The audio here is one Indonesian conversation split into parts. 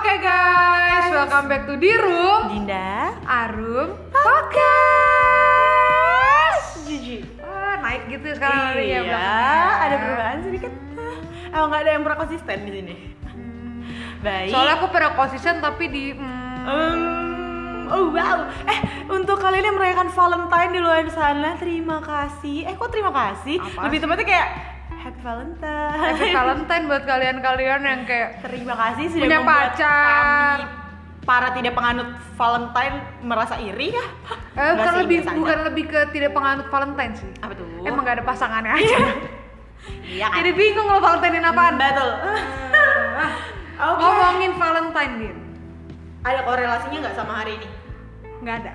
Oke guys, welcome back to Di Room Dinda Arum Podcast. Jiji. Naik gitu ya sekarang hari ya. Iya, ada perubahan sedikit. Emang nggak ada yang pernah konsisten di sini. Baik. Soalnya aku pernah konsisten tapi di oh wow. Untuk kalian yang merayakan Valentine di luar sana, terima kasih. Kok terima kasih? Apa? Lebih tepatnya kayak Happy Valentine. Happy Valentine buat kalian-kalian yang kayak Terima kasih sudah punya membuat pacar. kami para tidak penganut Valentine merasa iri kah? bukan lebih ke tidak penganut Valentine sih. Apa tuh? Emang gak ada pasangannya aja. Iya kan? Jadi bingung lo Valentine apaan. Betul. Oke. Ngomongin Valentine, Din. Ada korelasinya nggak sama hari ini? Nggak ada.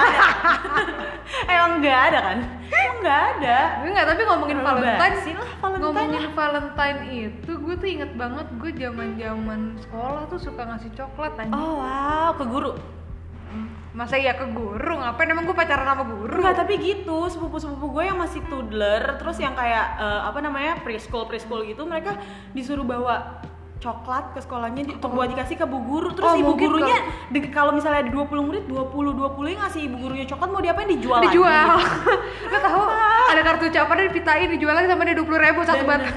Emang nggak ada kan? Emang nggak ada. Enggak, tapi ngomongin Valentine sih lah Valentine. Ngomongin Valentine itu, gue tuh inget banget gue zaman sekolah tuh suka ngasih coklat anjing. Oh wow, ke guru. Masa iya ke guru? Ngapain emang gue pacaran sama guru? Enggak, tapi gitu, sepupu-sepupu gue yang masih toddler, terus yang kayak preschool gitu, mereka disuruh bawa coklat ke sekolahnya buat dikasih ke bu guru. Terus ibu gurunya kalau misalnya ada 20 murid, 20 yang ngasih ibu gurunya coklat, mau diapain? Dijual. Lo tahu ada kartu ucapannya dipitain dijual lagi sama dia 20.000 satu batang.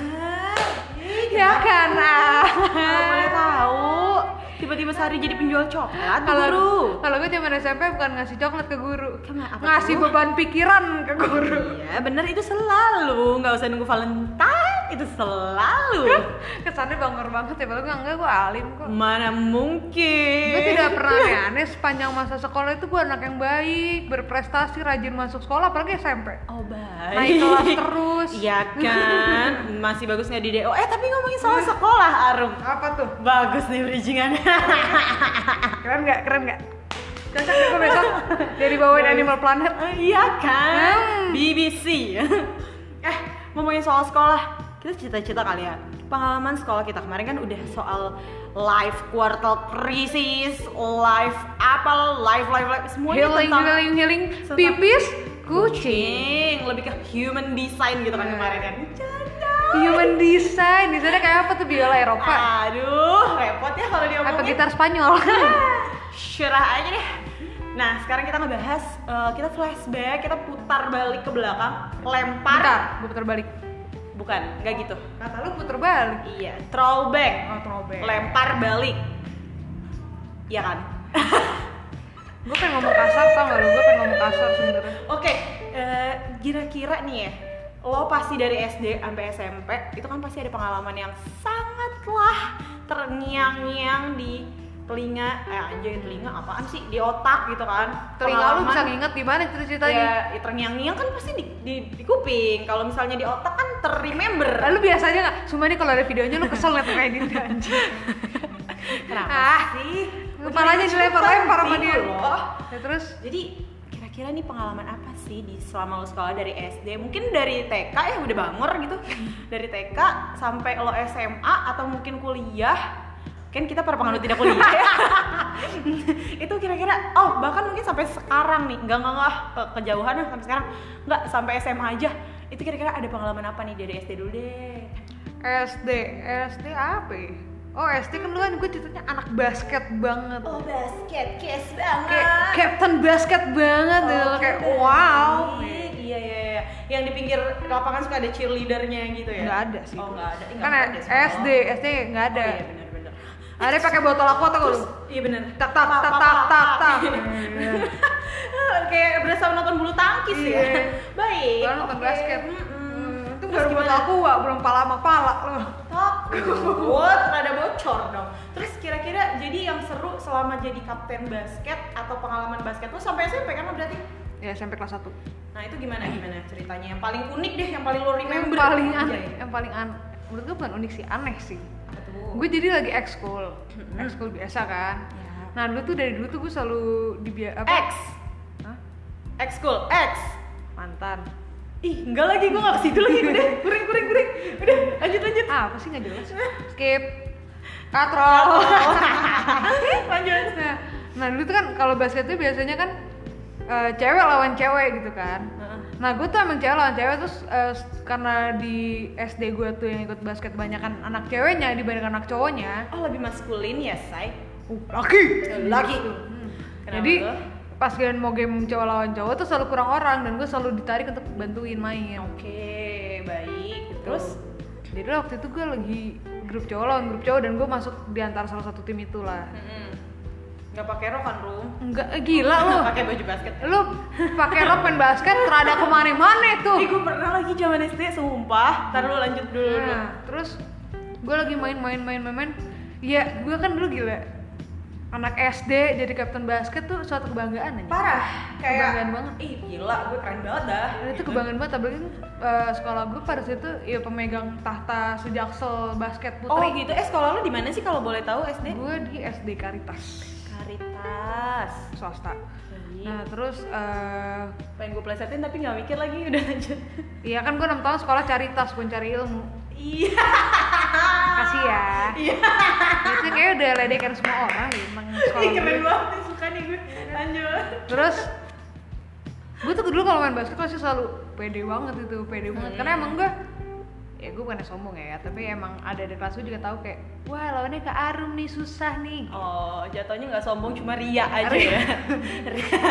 Ya kan? Boleh tahu. Tiba-tiba sehari jadi penjual coklat ke guru. Kalau gue zaman SMP bukan ngasih coklat ke guru, ngasih tuh? beban pikiran ke guru. Iya bener, itu selalu, nggak usah nunggu Valentine, itu selalu. Kesannya bangor banget ya, padahal enggak, gue alim kok. Mana mungkin. Gue tidak pernah aneh sepanjang masa sekolah itu gue anak yang baik, berprestasi, rajin masuk sekolah, apalagi SMP. Oh baik. Naik kelas terus. Iya kan, masih bagus nggak di DO. Tapi ngomongin soal sekolah, Arum. Apa tuh? Bagus nih bridgingannya. Keren nggak? Cocok nih gue besok jadi bawain Animal Planet. Iya kan, BBC. Ngomongin soal sekolah, kita cerita-cerita kali ya. Pengalaman sekolah kita kemarin kan udah soal life quarter crisis, life semuanya healing, pipis, kucing. Lebih ke human design gitu kan kemarin kan. Human design, desainnya kayak apa tuh, biola Eropa? Aduh, repot ya kalau diomongin. Apa gitar Spanyol? Syurah aja deh. Nah, sekarang kita ngebahas, kita flashback, kita putar balik ke belakang, lempar. Bentar, gue putar balik. Bukan, nggak gitu. Kata lu putar balik. Iya, throwback. Oh, throwback. Lempar balik. Iya kan? Gue pengen ngomong kasar, tau gak lu? Gue pengen ngomong kasar sebenernya. Oke, kira-kira nih ya, lo pasti dari SD sampai SMP itu kan pasti ada pengalaman yang sangatlah terngiang-ngiang di telinga. Telinga apaan sih? Di otak gitu kan. Telinga lu bisa nginget gimana ceritanya? Ya, terngiang-ngiang kan pasti di kuping. Kalau misalnya di otak kan ter-remember. Lalu biasanya nggak? Cuma nih kalau ada videonya lu kesel liat kayak gini anjing. Kenapa sih? Kepalanya dilempar-lempar sama dia. Ya, terus? Jadi kira-kira nih pengalaman apa sih di selama lo sekolah dari SD? Mungkin dari TK ya udah bangor gitu. Dari TK sampai lo SMA atau mungkin kuliah. Kan kita para penganut tidak kuliah ya. Itu kira-kira bahkan mungkin sampai sekarang nih. Enggak kejauhan ya sampai sekarang. Enggak, sampai SMA aja. Itu kira-kira ada pengalaman apa nih dari SD dulu deh? SD apa ya? SD kan dulu kan gue ceritanya anak basket banget. Basket, kes banget. Kayak captain basket banget gitu, kayak wow. Iya. Yang di pinggir lapangan suka ada cheerleadernya gitu ya? Nggak ada sih. Nggak ada. Kan SD nggak ada. Iya benar. Ada pakai botol aqua atau lu? Iya benar. Tak. Kayak berasa nonton bulu tangkis ya. Baik. Kalau nonton basket. Itu baru botol aqua, belum pala sama pala loh. Takut, rada bocor dong. Terus kira-kira jadi yang seru selama jadi kapten basket atau pengalaman basket tuh sampai SMP kan lo berarti? Ya SMP kelas 1. Nah itu gimana ceritanya? Yang paling unik deh, yang paling lo remember. Yang paling aneh. Menurut gue bukan unik sih, aneh sih. Apa tuh? Gue jadi lagi ekskul biasa kan. Ya. Nah dari dulu tuh gue selalu Ekskul, mantan. Ih, enggak lagi, gue gak kesitu lagi. Udah, kuring. Udah, lanjut. Apa sih gak jelas? Skip. Katrol. Lanjut. Nah dulu tuh kan kalau basket tuh biasanya kan cewek lawan cewek gitu kan. Nah gue tuh emang cewek lawan cewek, terus karena di SD gue tuh yang ikut basket banyak kan anak ceweknya dibanding anak cowoknya. Oh lebih maskulin ya, Say? laki Gitu. jadi pas kalian mau game cowok lawan cowok tuh selalu kurang orang dan gue selalu ditarik untuk bantuin main. Oke, baik. Terus jadi waktu itu gue lagi grup cowok lawan grup cowok dan gue masuk di antara salah satu tim itulah. nggak pakai rok kan, Rum? Enggak, gila lu. Pakai baju basket. Lu pakai rok main basket terada kemana-mana tuh. Gue pernah lagi zaman SD, sumpah. Ntar lu lanjut dulu. Nah, terus gue lagi main. Ya, gue kan dulu gila. Anak SD jadi kapten basket tuh suatu kebanggaan aja. Parah, kayak kebanggaan banget. Ih, gila, gue keren banget dah. Dan itu kebanggaan banget, apalagi sekolah gue pada situ ya pemegang tahta sejaksel basket putri. Oh gitu, sekolah lu di mana sih kalau boleh tahu SD? Gue di SD Caritas. Caritas. Swasta. Nah terus pengen gue plesetin tapi nggak mikir lagi, udah lanjut. Iya kan gue 6 tahun sekolah Caritas, bukan cari ilmu. Iya. Kasih ya. Iya. Itu kayak udah ledekan semua orang nih tentang sekolah. Ih, keren banget, suka nih gue. Lanjut. Terus gue tuh dulu kalau main basket pasti selalu pede banget banget. Karena emang gue bukannya sombong ya, tapi emang ada di kelas gue juga tahu kayak, wah lawannya Kak Arum nih, susah nih. Oh, jatuhnya nggak sombong, cuma ria aja ya. Ria.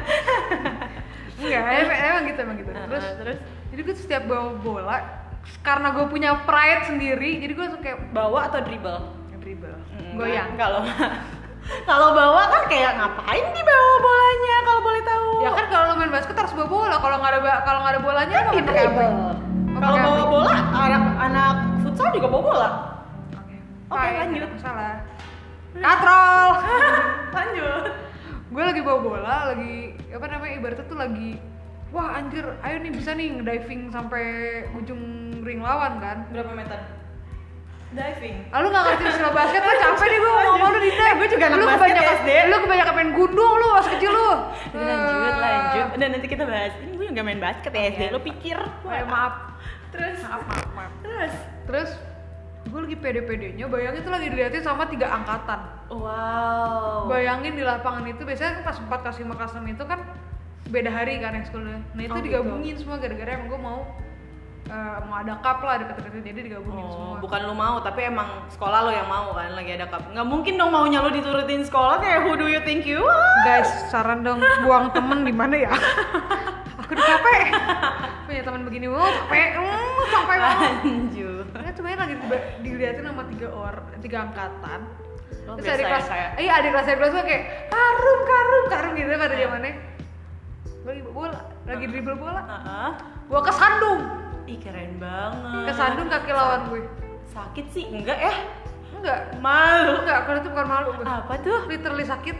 Enggak, emang gitu. Terus jadi gue tuh setiap bawa bola, karena gue punya pride sendiri, jadi gue suka kayak bawa atau dribble? Dribble. Goyang. Kalau bawa kan kayak ngapain dibawa bolanya kalau boleh tahu? Ya kan kalau lo main basket harus bawa bola. Kalau nggak ada bolanya kan lo pakai apa? Kalau bawa bola, anak futsal juga bawa bola. Oke, lanjut. Salah. Katrol. Lanjut. Gue lagi bawa bola, ibaratnya tuh lagi, wah anjir, ayo nih bisa nih ngediving sampai ujung ring lawan kan. Berapa meter? Diving. Lu nggak ngerti istilah basket, lu capek deh gue ngomong lu Dinda. Gue juga anak basket SD. Lu kebanyakan main gundung lu pas kecil lu. Lanjut. Udah nanti kita bahas. Ini gue juga main basket ya SD. Lu pikir? Maaf. Terus. Maaf. Terus gue lagi pede-pedenya, bayangin tuh lagi diliatin sama 3 angkatan. Wow. Bayangin di lapangan itu biasanya kelas 4, kelas 5, kelas 6 itu kan beda hari kan ekskulnya. Nah itu digabungin semua gara-gara emang gue mau ada cup lah deket-deket, jadi digabungin semua. Bukan lu mau, tapi emang sekolah lo yang mau kan lagi ada cup. Nggak mungkin dong maunya lo diturutin sekolah, kayak who do you think you are? Guys, saran dong, buang temen di mana ya? Aku udah capek punya teman begini, capek banget. Lanjut. Ini tuh lagi diliatin sama 3 angkatan. Terus adik kelas, adik kelas gue kayak karum gitu pada zamannya. Gue lagi bola, lagi dribble bola. Gue kesandung. Ih, keren banget. Kesandung kaki lawan gue. Sakit sih? Enggak ya? Enggak. Malu? Enggak, kalau itu bukan malu gue. Apa tuh? Literally sakit.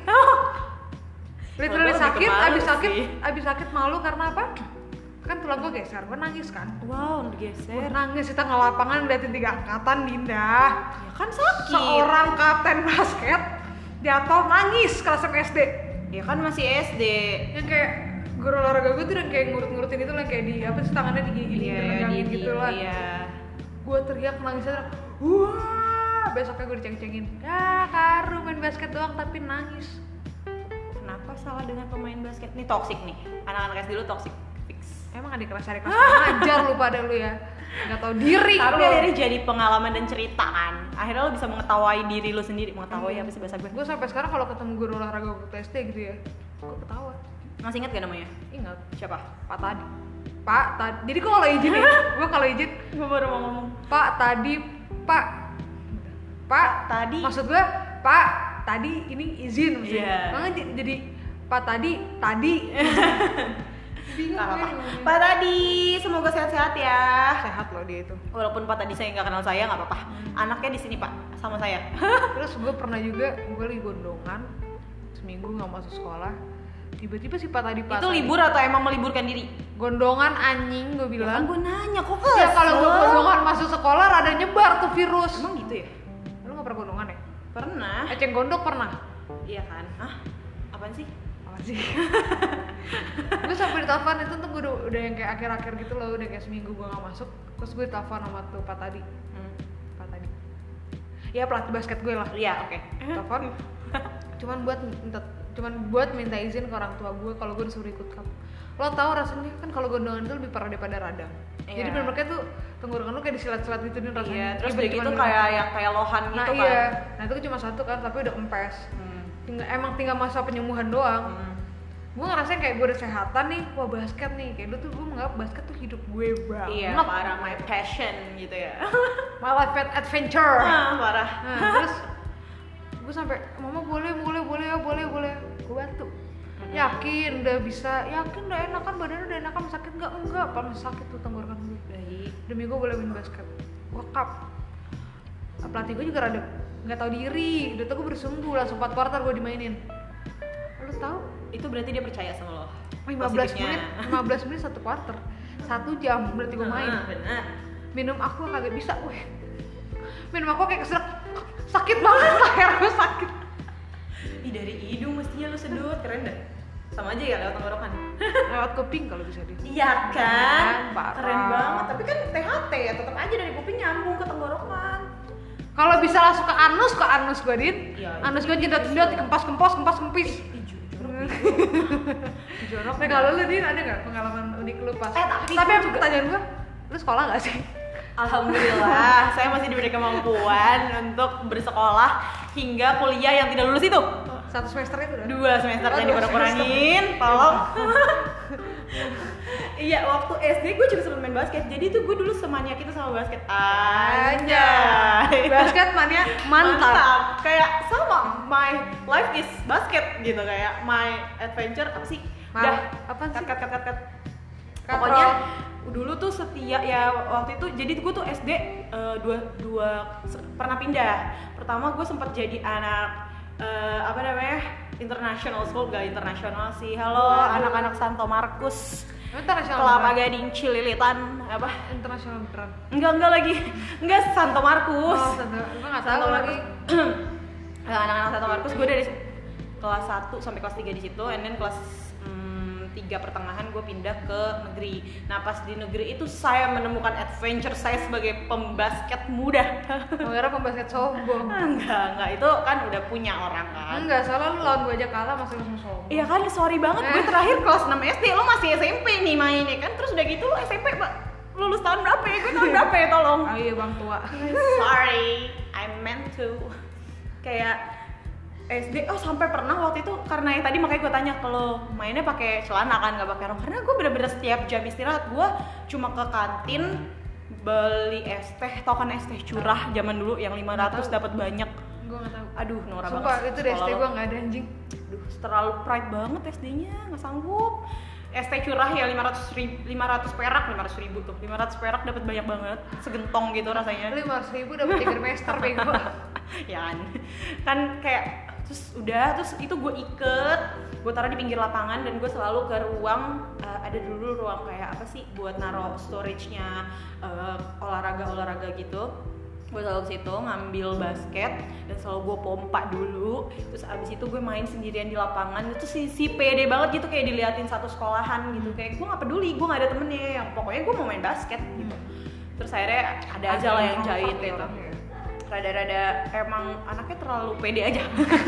Abis sakit malu karena apa? Kan tulang gue geser, gue nangis kan. Wow, geser. Gue nangis, kita nge lapangan liatin 3 angkatan, Dinda. Ya kan sakit. Seorang kapten basket jatuh nangis kelas SD. Ya kan masih SD. Yang kayak guru olahraga gue tuh udah kayak ngurut-ngurutin itu lah, kayak di apa sih tangannya digigit gitu lah. Iya. Gue teriak nangisnya, wah, besoknya gue diceng-cengin. Ya Karu main basket doang tapi nangis. Kenapa salah dengan pemain basket? Nih toksik nih, anak-anak SD dulu toksik. Fix. Emang adik kelas ngajar lu pada lu ya, nggak tahu diri. Tapi akhirnya jadi pengalaman dan cerita kan. Akhirnya lo bisa mengetahui diri lo sendiri. Mengetahui apa sih bahasa gue? Gue sampai sekarang kalau ketemu guru olahraga waktu SD gitu ya, gue ketawa. Masih ingat gak namanya? Ingat. Siapa? Pak Tadi. Jadi gue kalau izin nih, gue baru mau ngomong. Pak Tadi. Maksud gue Pak Tadi ini izin maksudnya. Yeah. Makanya jadi Pak Tadi. Pak Tadi, semoga sehat-sehat ya. Sehat loh dia itu. Walaupun Pak Tadi saya nggak kenal saya, nggak apa-apa. Anaknya di sini Pak, sama saya. Terus gue pernah juga, gue lagi gondongan seminggu nggak masuk sekolah. Tiba-tiba si Pak Tadi. Itu libur atau emang meliburkan diri? Gondongan anjing, gue bilang. Ya kan gue nanya kok ya kalau gue gondongan masuk sekolah rada nyebar tuh virus. Emang gitu ya? Lu nggak pernah gondongan ya? Pernah. Eceng gondok pernah? Iya kan? Apaan sih? Gue sampai ditelepon itu tuh gue udah yang kayak akhir-akhir gitu loh, udah kayak seminggu gue nggak masuk, terus gue ditelepon sama tuh Pak Tadi. Ya pelatih basket gue lah. Iya, oke. Telepon cuman buat minta izin ke orang tua gue kalau gue disuruh ikut cup. lo tau rasanya kan kalau gondongan itu lebih parah daripada radang. Jadi Iya. bener-bener kayak tuh tenggorokan lo kayak disilat-silat gitu nih rasanya. Iya, terus udah Ribet gitu cuman kayak yang kayak lohan nah gitu iya, kan. nah itu cuma satu kan tapi udah kempes. Tinggal masa penyembuhan doang. Gue ngerasain kayak gue udah sehatan nih, wah basket nih, kayak dulu tuh gue menganggap basket tuh hidup gue banget. Iya, parah, my passion gitu ya. My life adventure. Parah. Nah, terus gue sampai mama boleh ya boleh gue bantu. Yakin udah bisa, yakin udah enakan badannya udah enakan, sakit enggak apa masih sakit tuh tenggorokan gue. Baik. Demi gue boleh main basket. Gue cup. Pelatih gue juga rada nggak tahu diri, udah tau gue bersembuh langsung 4 quarter gue dimainin. Lo tau? Itu berarti dia percaya sama lo. 15 menit 1 quarter, 1 jam berarti gue main. Benar. Minum aqua kagak bisa gue. Minum aqua kayak kesedek, sakit banget leher gue sakit. Ih, dari hidung mestinya lo sedut, keren deh. Sama aja ya lewat tenggorokan. Lewat kuping kalau bisa dia. Iya kan? Parah. Keren banget. Tapi kan THT ya, tetap aja dari kuping nyambung ke tenggorokan. Kalau bisa langsung ke anus gue Din. Iya, Anus gue jedot-jedot kempis. Jorok. Nah kalau lu Din ada nggak pengalaman unik lu pas? Tapi apa juga pertanyaan gue, lu sekolah nggak sih? Alhamdulillah, saya masih diberi kemampuan untuk bersekolah hingga kuliah yang tidak lulus itu. 1 semester itu udah? 2 semesternya Oh, 2 dikurang-kurangin, tolong. Iya, waktu SD gue juga sempet main basket. Jadi tuh gue dulu semaniak itu sama basket. Anjay. Basket mania mantap. Kayak sama, my life is basket gitu, kayak my adventure apa sih? Udah, apa sih? cut. Pokoknya dulu tuh setia ya waktu itu. Jadi gue tuh SD dua pernah pindah. Pertama gue sempat jadi anak apa namanya, international school, gak internasional sih. Halo anak-anak Santo Markus, Kelapa Gading Cililitan, apa? Internasional beneran? Enggak lagi, enggak Santo Markus. Oh, gue nggak tahu lagi. Anak-anak Santo Markus, gue dari kelas 1 sampai kelas 3 di situ, and then kelas 3 pertengahan gue pindah ke negeri. Nah pas di negeri itu saya menemukan adventure saya sebagai pembasket muda. Mengira pembasket sombong. Enggak, itu kan udah punya orang kan. Enggak, soalnya lu lawan gue aja kalah masih langsung sombong. Iya kan, sorry banget, gue terakhir kelas 6 SD, lo masih SMP nih mainnya kan. Terus udah gitu lo SMP lulus tahun berapa ya? Gue tahun berapa ya, tolong. Oh iya bang tua. Sorry, I meant to. Kayak SD, sampai pernah waktu itu karena yang tadi makanya gue tanya kalau mainnya pakai celana kan, nggak pakai rok, karena gue bener-bener setiap jam istirahat gue cuma ke kantin beli es teh, tau kan es teh curah zaman dulu yang 500 dapat banyak. Gue nggak tahu. Aduh, norak banget. Sumpah itu dari SD gue nggak ada anjing. Aduh, terlalu pride banget SD-nya, nggak sanggup. Es teh curah ya 500 perak, 500 ribu tuh, 500 perak dapat banyak banget, segentong gitu rasanya. 500.000 dapat 3 semester bego. Ya kan kayak terus itu gue iket, gue taruh di pinggir lapangan dan gue selalu ke ruang ada dulu ruang kayak apa sih buat naro storage-nya olahraga gitu. Gue selalu ke situ ngambil basket dan selalu gue pompa dulu. Terus abis itu gue main sendirian di lapangan. Itu si pede banget gitu, kayak diliatin satu sekolahan gitu. Kayak gue nggak peduli, gue nggak ada temennya, yang pokoknya gue mau main basket gitu. Terus akhirnya ada aja lah yang jahit gitu. Rada-rada emang anaknya terlalu pede aja.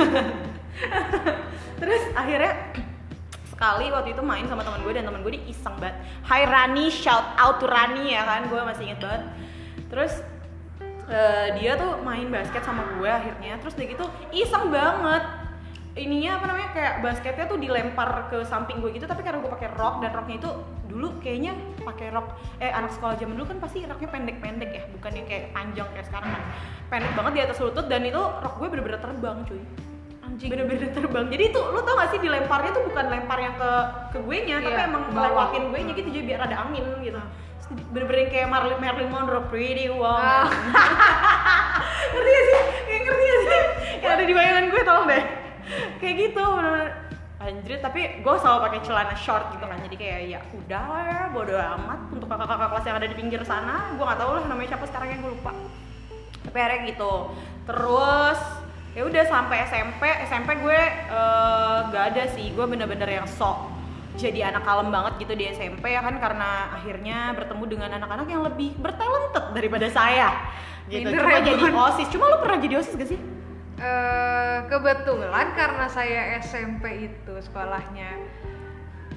Terus akhirnya sekali waktu itu main sama teman gue dan teman gue iseng banget. Hai Rani, shout out to Rani ya kan, gue masih inget banget. Terus dia tuh main basket sama gue akhirnya, terus dia gitu iseng banget ininya apa namanya, kayak basketnya tuh dilempar ke samping gue gitu, tapi karena gue pakai rok dan roknya itu dulu kayaknya pakai rok anak sekolah zaman dulu kan pasti roknya pendek-pendek ya, bukan yang kayak panjang kayak sekarang kan, pendek banget di atas lutut, dan itu rok gue bener-bener terbang cuy, anjing, bener-bener terbang. Jadi itu lu tau gak sih dilemparnya tuh bukan lempar yang ke gue nya, tapi emang ngelewatin gue nya gitu, jadi biar ada angin gitu. Bener-bener kayak Marilyn Monroe, pretty woman. Ngerti gak sih? Ngerti gak sih? Yang ada di bayangan gue, tolong deh. Kayak gitu, bener-bener anjir. Tapi gue selalu pakai celana short gitu kan, jadi kayak ya udah lah ya, bodo amat untuk kakak-kakak kelas yang ada di pinggir sana. Gue nggak tahu lah namanya siapa sekarang, yang gue lupa. Tapi akhirnya gitu. Terus ya udah sampai SMP gue gak ada sih. Gue bener-bener yang sok jadi anak kalem banget gitu di SMP ya kan, karena akhirnya bertemu dengan anak-anak yang lebih bertalented daripada saya gitu. Cuma jadi OSIS. Cuma lu pernah jadi OSIS gak sih? Kebetulan karena saya SMP itu sekolahnya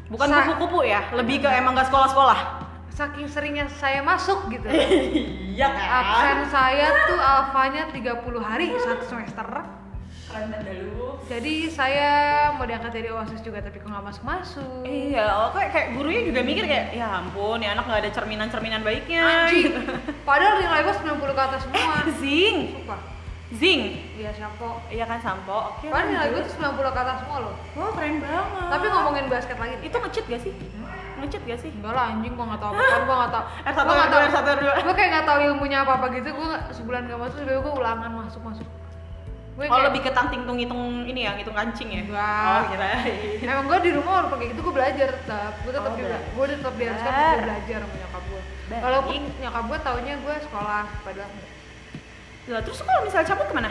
Bukan kupu-kupu ya, lebih ke emang gak sekolah-sekolah. Saking seringnya saya masuk gitu. Iya kan? Absen saya tuh alfanya 30 hari satu semester. Keren banget lu. Jadi saya mau diangkat jadi OSIS juga tapi kok nggak masuk-masuk. Iya, kayak gurunya juga mikir kayak, ya ampun, ya anak nggak ada cerminan-cerminan baiknya. Anjing. Padahal nilai gue 90 ke atas semua. Zing. Sumpah. Zing. Iya sampo. Iya kan sampo. Oke. Padahal nilai gue tuh 90 ke atas semua loh. Wah, keren banget. Tapi ngomongin basket lagi. Itu nge-cheat gak sih? Nge-cheat gak sih? Enggak lah anjing, gua nggak tahu apa-apa, gua nggak tahu. R1, R2, R1, R2. Gua kayak nggak tahu ilmunya apa-apa gitu. Gua sebulan nggak masuk, sebenarnya gua ulangan masuk. Gue Lebih ke hitung ini ya, ngitung kancing ya? Enggak. Oh, kirain. Emang gua di rumah walaupun kayak gitu gua belajar tetap. Gua tetap gua tetap diharuskan untuk belajar sama nyokap gua. Walaupun nyokap gua taunya gua sekolah, padahal enggak. Lah, terus kalau misalnya cabut kemana?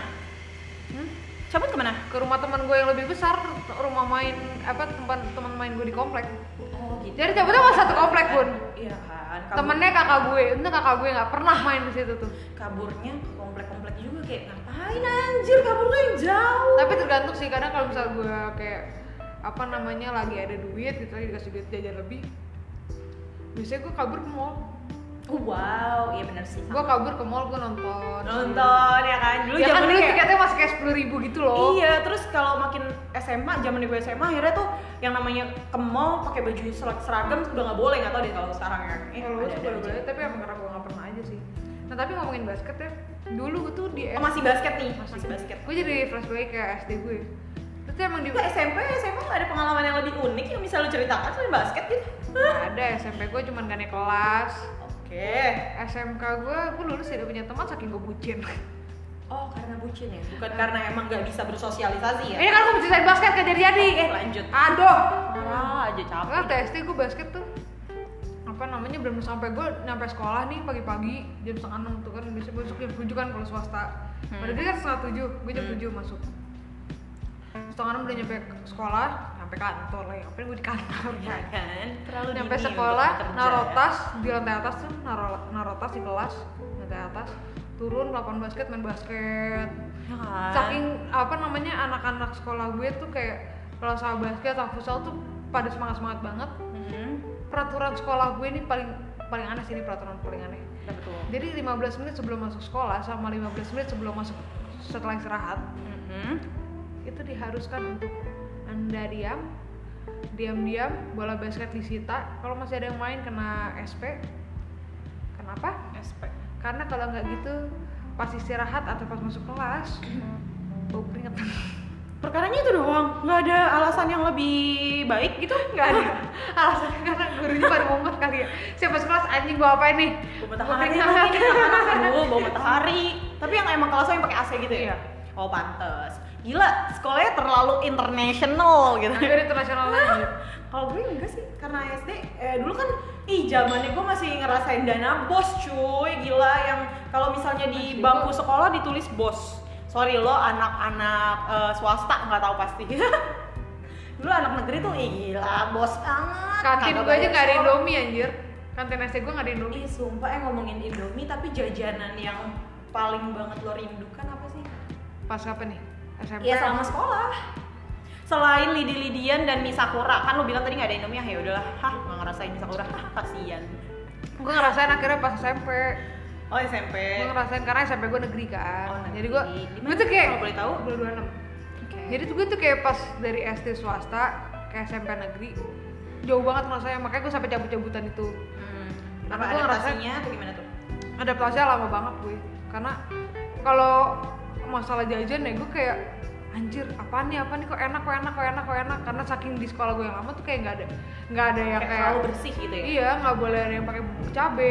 Cabut kemana? Ke rumah teman gue yang lebih besar, rumah main tempat teman main gue di komplek. Oh gitu. Jadi cabutnya masih satu komplek pun. Iya kan. Temennya kakak gue, itu kakak gue nggak pernah main di situ tuh. Kaburnya ke komplek-komplek juga kayak ngapain anjir kaburnya yang jauh. Tapi tergantung sih, kadang kalau misal gue kayak lagi ada duit gitu, lagi dikasih duit jajan lebih, biasanya gue kabur ke mall. Wow, iya benar sih. Gue kabur ke mall, gue nonton ya kan. Dulu ya kan zamannya dulu kayak tiketnya masih kayak 10.000 gitu loh. iya, terus kalau makin SMA, zaman gue SMA akhirnya tuh yang namanya ke mall pakai baju seragam udah nggak boleh, nggak tahu deh kalau sekarang ya. Kalau gue suka boleh, tapi emang karena gue nggak pernah aja sih. Nah tapi ngomongin basket ya, dulu gue tuh di masih basket nih, masih basket. Gue jadi flashback kayak SD gue. Terus emang di SMP nggak ada pengalaman yang lebih unik yang bisa lu ceritakan selain basket gitu? nggak ada. SMP gue cuma gak naik kelas. Oke. SMK gue lulus tidak punya teman saking gue bucin. Oh, karena bucin ya? Bukan karena emang gak bisa bersosialisasi ya? Ini kan gue menceritain basket gak jadi. Lanjut. Aduh. Marah aja capek. Karena SD gue basket tuh belum sampai gue nyampe sekolah nih pagi-pagi jam 5:30 tuh kan bisa masuk jam 7 kan kalau swasta. Padahal dia kan 6:30, gue jam 7 masuk. 5:30 udah nyampe sekolah, nyampe kantor lah, ngapain gue di kantor ya kan? Terlalu nyampe dini sekolah, untuk bekerja, naruh ya. tas di lantai atas tuh, naruh tas di kelas, lantai atas, turun lapangan basket, main basket. Ya kan? Saking anak-anak sekolah gue tuh kayak kalau sama basket atau futsal tuh pada semangat banget. Peraturan sekolah gue ini paling aneh sih, ini peraturan paling aneh. Ya, betul. Jadi 15 menit sebelum masuk sekolah sama 15 menit sebelum masuk setelah istirahat itu diharuskan untuk Anda diam bola basket disita. Kalau masih ada yang main kena SP. Kenapa? SP. Karena kalau nggak gitu pas istirahat atau pas masuk kelas bau keringetan. Perkaranya itu doang, nggak ada alasan yang lebih baik gitu? Nggak ada alasannya, karena gurunya pada mumet kali ya. Siapa sekelas anjing gua apain nih? Bau matahari mungkin anak-anak dulu bau matahari. Tapi yang emang kelasnya yang pakai AC gitu ya? Iya. Oh pantes. Gila, sekolahnya terlalu international gitu. Hampir internasional aja. Kalau gue enggak sih, karena SD dulu kan zamannya gue masih ngerasain dana bos cuy. Gila, yang kalau misalnya di bangku sekolah ditulis bos. Sorry lo anak-anak swasta nggak tahu pasti. Dulu anak negeri tuh gila bos banget. Kantin gue aja nggak ada Indomie anjir. Kantin SD gue nggak ada Indomie. Ih sumpah ngomongin Indomie, tapi jajanan yang paling banget lo rindukan apa sih? Pas kapan nih? SMP? Iya selama sekolah. Selain lidi-lidian dan mie sakura, kan lo bilang tadi nggak ada Indomie, ya udahlah, nggak ngerasain mie sakura, kasian. Gue ngerasain akhirnya pas SMP. Oh SMP. Gue ngerasain karena SMP gue negeri kan. Oh, negeri. Jadi gue tuh kayak kalau boleh tahu 226. Okay. Jadi tuh gue tuh kayak pas dari SD swasta ke SMP negeri jauh banget rasanya, makanya gue sampai cabut-cabutan itu. Apa gue adaptasinya atau gimana tuh? Adaptasinya lama banget gue, karena kalau masalah jajan ya gue kayak anjir apaan nih kok enak karena saking di sekolah gue yang lama tuh kayak nggak ada yang kayak terlalu bersih gitu ya. Iya, nggak boleh ada yang pakai bubuk cabe,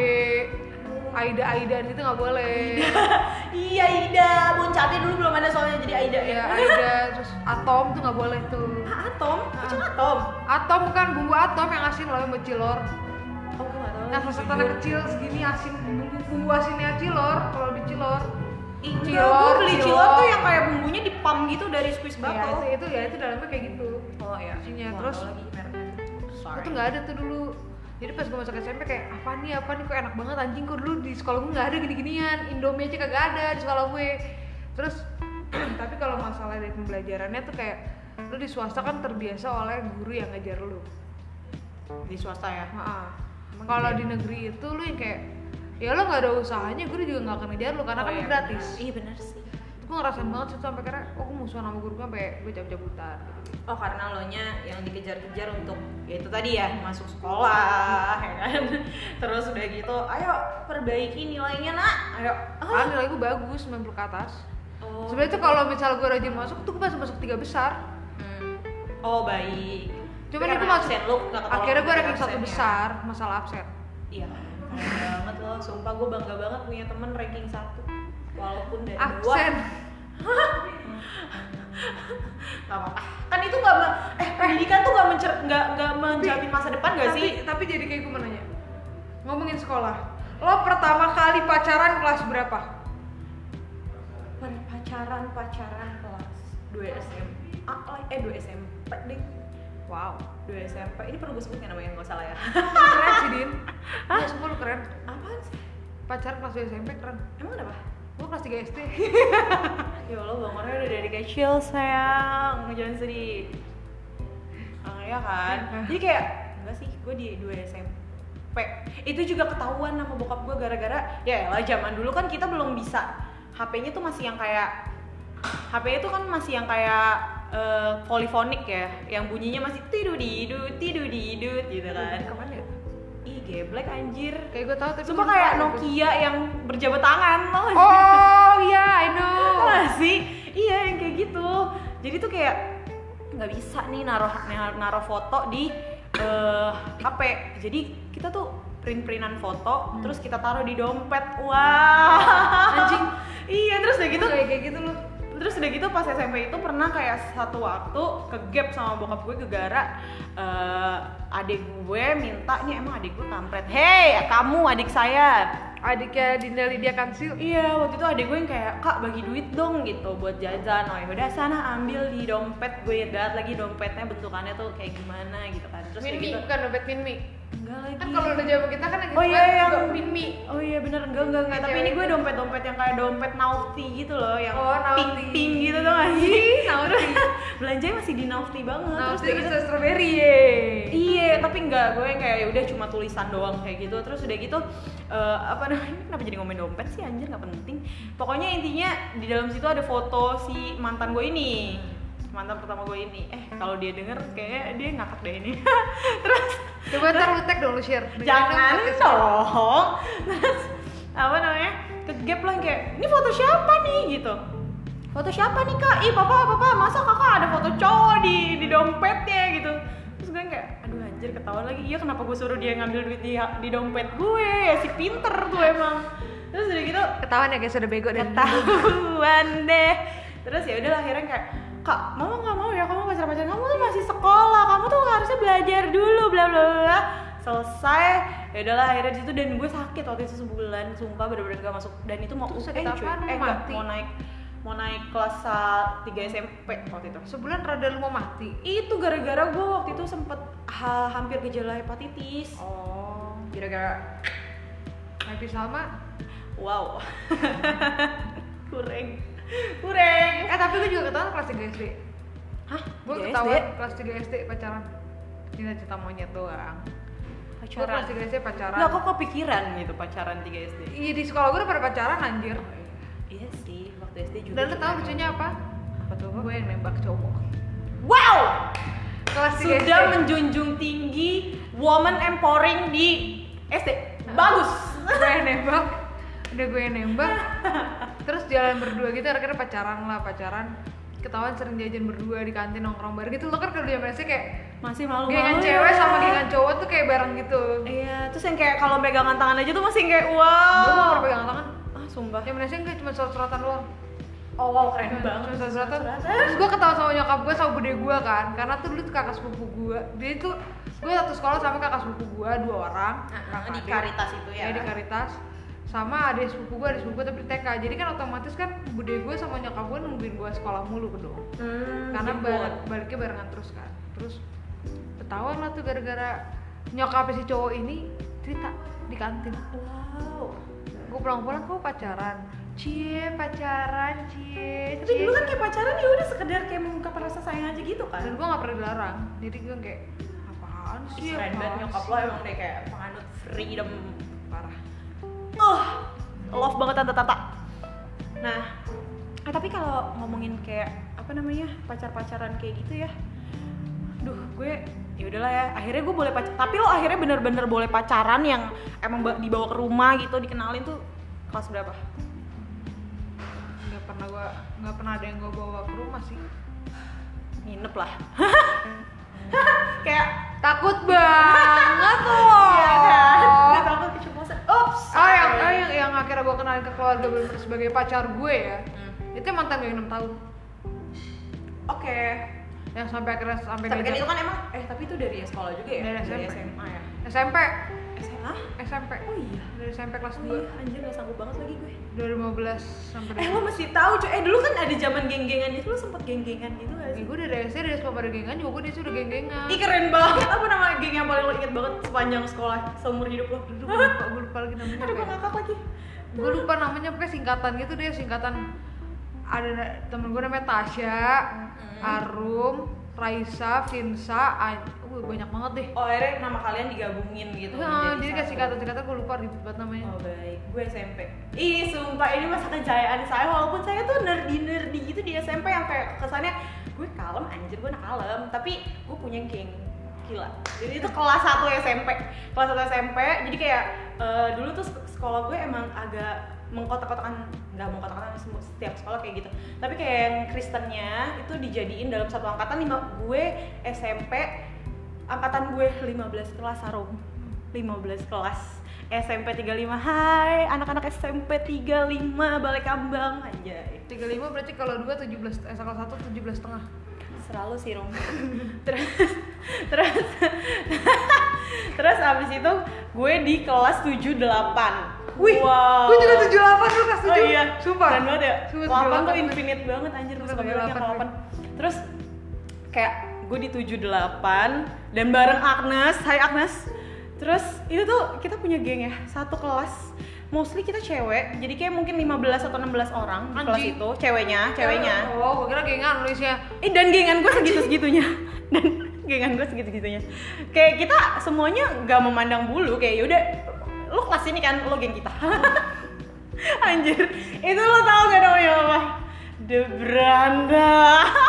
Aida gitu nggak boleh. Iya Aida, bon cabe dulu belum ada soalnya jadi Aida ya. Aida terus atom tuh nggak boleh tuh. Atom? Kecil atom? Atom bukan bumbu atom yang asin loh, yang buat cilor. Oh gue nggak tahu. Yang sesetengah kecil segini asin, bumbu asinnya cilor kalau di cilor. Gue beli cilor tuh yang kayak bumbunya di pump gitu dari Swiss bottle. Ya, itu dalamnya kayak gitu. Oh iya. Isinya terus. Itu nggak ada tuh dulu. Jadi pas gue masuk SMP kayak apa nih kok enak banget anjing, kok dulu di sekolah gue nggak ada gini-ginian, Indomie aja kagak ada di sekolah gue. Terus tapi kalau masalah dari pembelajarannya tuh kayak lu di swasta kan terbiasa oleh guru yang ngajar lu. Di swasta ya. Kalau di negeri itu lu yang kayak ya lo nggak ada usahanya, gue juga nggak akan ngejar lu karena kan gratis. Iya benar sih. Gue ngerasain banget sih sampai karena gue musuhan sama guru gue sampai gue cabut-cabutan. Oh karena lo nya yang dikejar-kejar untuk ya itu tadi ya masuk sekolah ya kan. Terus udah gitu, ayo perbaiki nilainya nak, ayo. Kan nilai gue bagus 90 ke atas. Sebenarnya tuh kalau misal gue rajin masuk tuh gue masuk 3 besar. Oh baik. Cuman itu masuk akhirnya gue ranking 1 besar masalah absen. Iya keren banget loh, sumpah gue bangga banget punya temen ranking 1 walaupun dari 2 absen. Gak apa-apa kan itu pendidikan tuh gak menjamin masa depan gak sih? Tapi jadi kayak gue mau nanya, ngomongin sekolah, lo pertama kali pacaran kelas berapa? Pacaran kelas 2 SMA 2 SMP deh. Wow, 2 SMP. Ini perlu gue sebut gak namanya? Gak salah ya? keren sih Din. Hah? Sumpah lu keren. Apaan sih? Pacaran kelas 2 SMP keren. Emang kenapa? Gue kelas 3 SD. Ya Allah, Bang Ornya udah dari kecil sayang, jangan sedih. Ya kan? Jadi kayak, enggak sih, gue di 2 SMP itu juga ketahuan sama bokap gue gara-gara ya lah zaman dulu kan kita belum bisa HP-nya tuh masih yang kayak HP-nya tuh kan masih yang kayak polifonik ya, yang bunyinya masih tidudidut gitu kan. Kemana ya? Ih geblek anjir. Kayak gue tau tapi sumpah kayak Nokia yang berjabat tangan loh. Oh iya, I know. Sih? Iya yang kayak gitu. Jadi tuh kayak nggak bisa nih naruh foto di HP. Jadi kita tuh print-printan foto terus kita taruh di dompet. Wah. Anjing. Iya terus udah gitu kayak gitu loh. Terus udah gitu pas SMP itu pernah kayak satu waktu ke-gap sama bokap gue gara-gara adik gue minta, nih emang adik gue kampret. Hei, kamu adik saya. Adiknya Dinda Lydia Kansil. Iya, waktu itu adik gue yang kayak, "Kak, bagi duit dong," gitu buat jajan. Oh, yaudah sana ambil di dompet. Gue lihat lagi dompetnya bentukannya tuh kayak gimana gitu kan. Terus Minmi, gitu. bukan dompet Minmi. Enggak lagi. Kan kalau udah zaman kita kan yang oh iya yang Minmi. Oh iya bener enggak. Tapi ini gue dompet yang kayak dompet naughty gitu loh, yang pink gitu tuh nggak sih? Naughty. Belanjanya masih di naughty banget. Terus udah gitu strawberry ye. Iya, tapi enggak, gue yang kayak udah cuma tulisan doang kayak gitu. Terus udah gitu apa namanya? Kenapa jadi ngomongin dompet sih anjir, nggak penting. Pokoknya intinya di dalam situ ada foto si mantan gue ini. Mantan pertama gue ini. Kalau dia denger kayaknya dia ngakak deh ini. Terus coba ntar lu tag dong, lu share. Jangan dong. Terus apa namanya? Ke-gap lah kayak, "Ini foto siapa nih?" gitu. "Foto siapa nih, Kak?" "Ih, papa, masa Kakak ada foto cowok di dompetnya?" gitu. Terus gue kayak, aduh anjir ketahuan lagi. Iya, kenapa gue suruh dia ngambil duit di dompet gue? Ya si pinter tuh emang. Terus udah gitu ketahuan ya guys, udah bego dan ketahuan deh. Terus ya udah akhirnya kayak, "Kak, mama nggak mau ya kamu pacaran, kamu tuh masih sekolah, kamu tuh harusnya belajar dulu bla bla bla." Selesai, ya udahlah akhirnya di situ, dan gue sakit waktu itu sebulan, sumpah bener-bener gak masuk. Dan itu mau mau naik kelas 3 SMP waktu itu. Sebulan rada lu mau mati. Itu gara-gara gue waktu itu sempet hampir gejala hepatitis. Oh, gara-gara Happy Salma. Wow. kurang. Tapi gue juga ketahuan kelas 3 SD. Hah? Gue ketahuan kelas 3 SD pacaran. Cinta monyet doang. Gue kelas 3 SD pacaran. Nggak, kok kepikiran gitu pacaran 3 SD? Iya, di sekolah gue udah pada pacaran anjir. Iya sih, waktu SD juga. Dan lu tau lucunya apa? Apa tuh? Gue yang nembak cowok. Wow! Kelas 3 Sudah SD. menjunjung tinggi woman empowering di SD. Bagus! Gue yang nembak. Udah gue yang nembak. Terus jalan berdua gitu, akhirnya pacaran. Ketahuan sering jajan berdua di kantin, nongkrong bareng gitu. Lo kan kalau di SD kayak masih malu-malu gengan cewek sama gengan cowok tuh kayak bareng gitu. Iya, terus yang kayak kalau pegangan tangan aja tuh masih kayak wow. Gue gak pernah pegangan tangan. Sumpah. Yang Malaysia enggak, cuma surat-suratan doang. Oh wow, keren banget. Cuma surat-suratan. Terus gue ketawa sama nyokap gue sama bude gue kan, karena tuh dulu tuh kakak sepupu gue. Dia tuh gue satu sekolah sama kakak sepupu gue 2 orang. Di Karitas itu ya. Iya, di Karitas. Sama adik sepupu gue tapi di TK. Jadi kan otomatis kan bude gue sama nyokap gue nungguin gue sekolah mulu kedua. Karena baliknya barengan terus kan. Terus ketahuan lah tuh gara-gara nyokap si cowok ini cerita di kantin. Wow. Gue pulang-pulang kok pacaran. Pacaran. Tapi dulu kan kayak pacaran ya udah sekedar kayak mengungkapkan rasa sayang aja gitu kan. Dan gue nggak pernah dilarang. Jadi gue kayak apaan Siap, keren banget pasti. nyokap lo emang deh kayak penganut freedom parah. Love banget tante-tante. Nah, tapi kalau ngomongin kayak apa namanya pacar-pacaran kayak gitu ya, duh gue ya udahlah ya. Akhirnya gue boleh tapi lo akhirnya bener-bener boleh pacaran yang emang dibawa ke rumah gitu, dikenalin tuh kelas berapa? Nggak pernah ada yang gue bawa ke rumah sih. Nginep lah. Kayak Takut banget loh. iya kan? Gue takut keceplosan. Ups. Yang akhirnya gue kenalin ke keluarga bener sebagai pacar gue ya. Itu mantan gue 6 tahun. Oke. Yang sampai akhirnya sampai Tapi kan diajak- itu kan emang tapi itu dari sekolah juga ya? Dari SMP. SMA ya? SMP. SMA? SMP. Oh iya. Dari SMP kelas 2. Iya, anjir gak sanggup banget lagi gue. 2015 sampai Lo masih tahu cuy, dulu kan ada zaman geng-gengan itu, lo sempet geng-gengan gitu gak sih? gue dari SD dari sekolah pada gengan juga gue dari situ udah geng-gengan. Ih keren banget, apa nama geng yang paling lo inget banget sepanjang sekolah, seumur hidup lo? Gue lupa lagi namanya. Aduh gue ngakak lagi. Gue lupa namanya, pokoknya singkatan gitu deh, singkatan. Ada temen gue namanya Tasya, Arum, Raisa, Vinsa, banyak banget deh. Oh akhirnya nama kalian digabungin gitu. Nah, jadi kayak satu. singkatan-singkatan gue lupa ribet banget namanya. Oh baik, gue SMP. Ih sumpah ini masa kejayaan saya, walaupun saya tuh nerdy gitu di SMP yang kayak kesannya gue kalem, anjir gue anak kalem, tapi gue punya geng gila. Jadi itu kelas 1 SMP. Kelas 1 SMP, jadi kayak dulu tuh sekolah gue emang agak mengkotak-kotakan, nggak mengkotak-kotakan setiap sekolah kayak gitu. Tapi kayak yang Kristennya itu dijadiin dalam satu angkatan. Gue SMP angkatan gue 15 kelas Harum. 15 kelas SMP 35. Hai anak-anak SMP 35 Balai Kambang anjay. 35 berarti kalau 2 17, kelas 1 17,5. Selalu sih Rom. terus abis itu gue di kelas 78. Wih, wow. gue juga 78 dulu kelas 7. Oh iya, Sumpah. keren banget ya. Sumpah, 8 tuh 78. infinite banget anjir, gue suka Sumpah, banget yang 78. 8. Terus kayak gue di 78 dan bareng Agnes, hai Agnes. Terus itu tuh kita punya geng ya, satu kelas. Mostly kita cewek, jadi kayak mungkin 15 atau 16 orang di kelas Anjing. itu, ceweknya. Oh, gue kira gengan lu isinya. Dan gengan gue segitu-segitunya. Dan gengan gue segitu-segitunya. Kayak kita semuanya gak memandang bulu, kayak yaudah lu kelas ini kan, lu geng kita. Anjir, itu lo tau gak namanya apa? The Branda.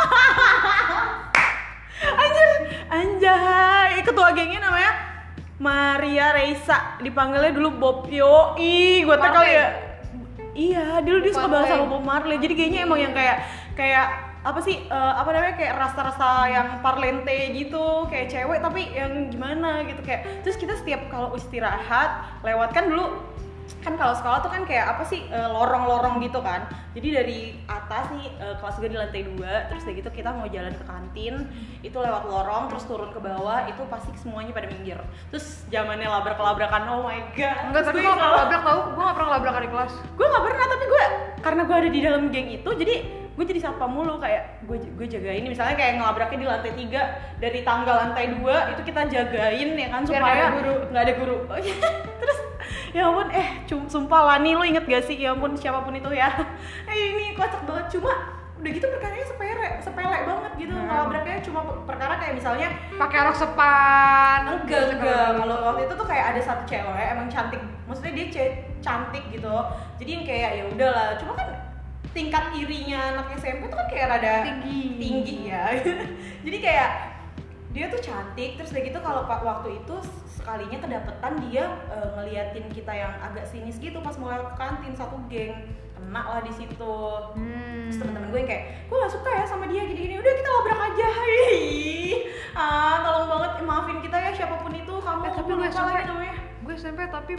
Anjay, ketua gengnya namanya Maria Reisa, dipanggilnya dulu Bob. Yoi, gue tau kali ya. Iya, dulu dia suka banget sama Bob Marley. Jadi kayaknya emang yang kayak apa sih, apa namanya, kayak rasa-rasa yang parlente gitu, kayak cewek tapi yang gimana gitu kayak. Terus kita setiap kalau istirahat lewat kan dulu kan kalau sekolah tuh kan kayak apa sih, lorong-lorong gitu kan. Jadi dari atas nih, kelas gue di lantai 2, terus dari gitu kita mau jalan ke kantin itu lewat lorong, terus turun ke bawah itu pasti semuanya pada minggir. Terus zamannya labrak-labrakan, oh my god. Enggak, tapi gue gak pernah labrak tau, gue gak pernah labrak di kelas. Gue gak pernah, tapi gue karena gue ada di dalam geng itu jadi gue jadi satpam mulu, kayak gue jagain misalnya kayak ngelabraknya di lantai 3, dari tangga lantai 2 itu kita jagain ya kan, supaya nggak ada guru. Terus ya ampun, sumpah Lani, lu inget gak sih, ya ampun siapapun itu ya, ini kocak banget. Cuma udah gitu perkaranya sepele banget gitu. Ngelabraknya cuma perkara kayak misalnya pakai rok sepan. enggak. Kalau waktu itu tuh kayak ada satu cewek emang cantik, maksudnya dia cantik gitu, jadi yang kayak ya udahlah. Cuma kan tingkat irinya anak SMP tuh kan kayak rada tinggi ya. Jadi kayak dia tuh cantik, terus udah gitu kalau waktu itu sekalinya kedapetan dia ngeliatin kita yang agak sinis gitu pas mau lewat ke kantin, satu geng kena lah di situ. Terus temen-temen gue yang kayak, gue gak suka ya sama dia gini-gini, udah kita labrak aja. Tolong banget maafin kita ya siapapun itu, kamu. Tapi gue lupa lagi namanya. Gue SMP tapi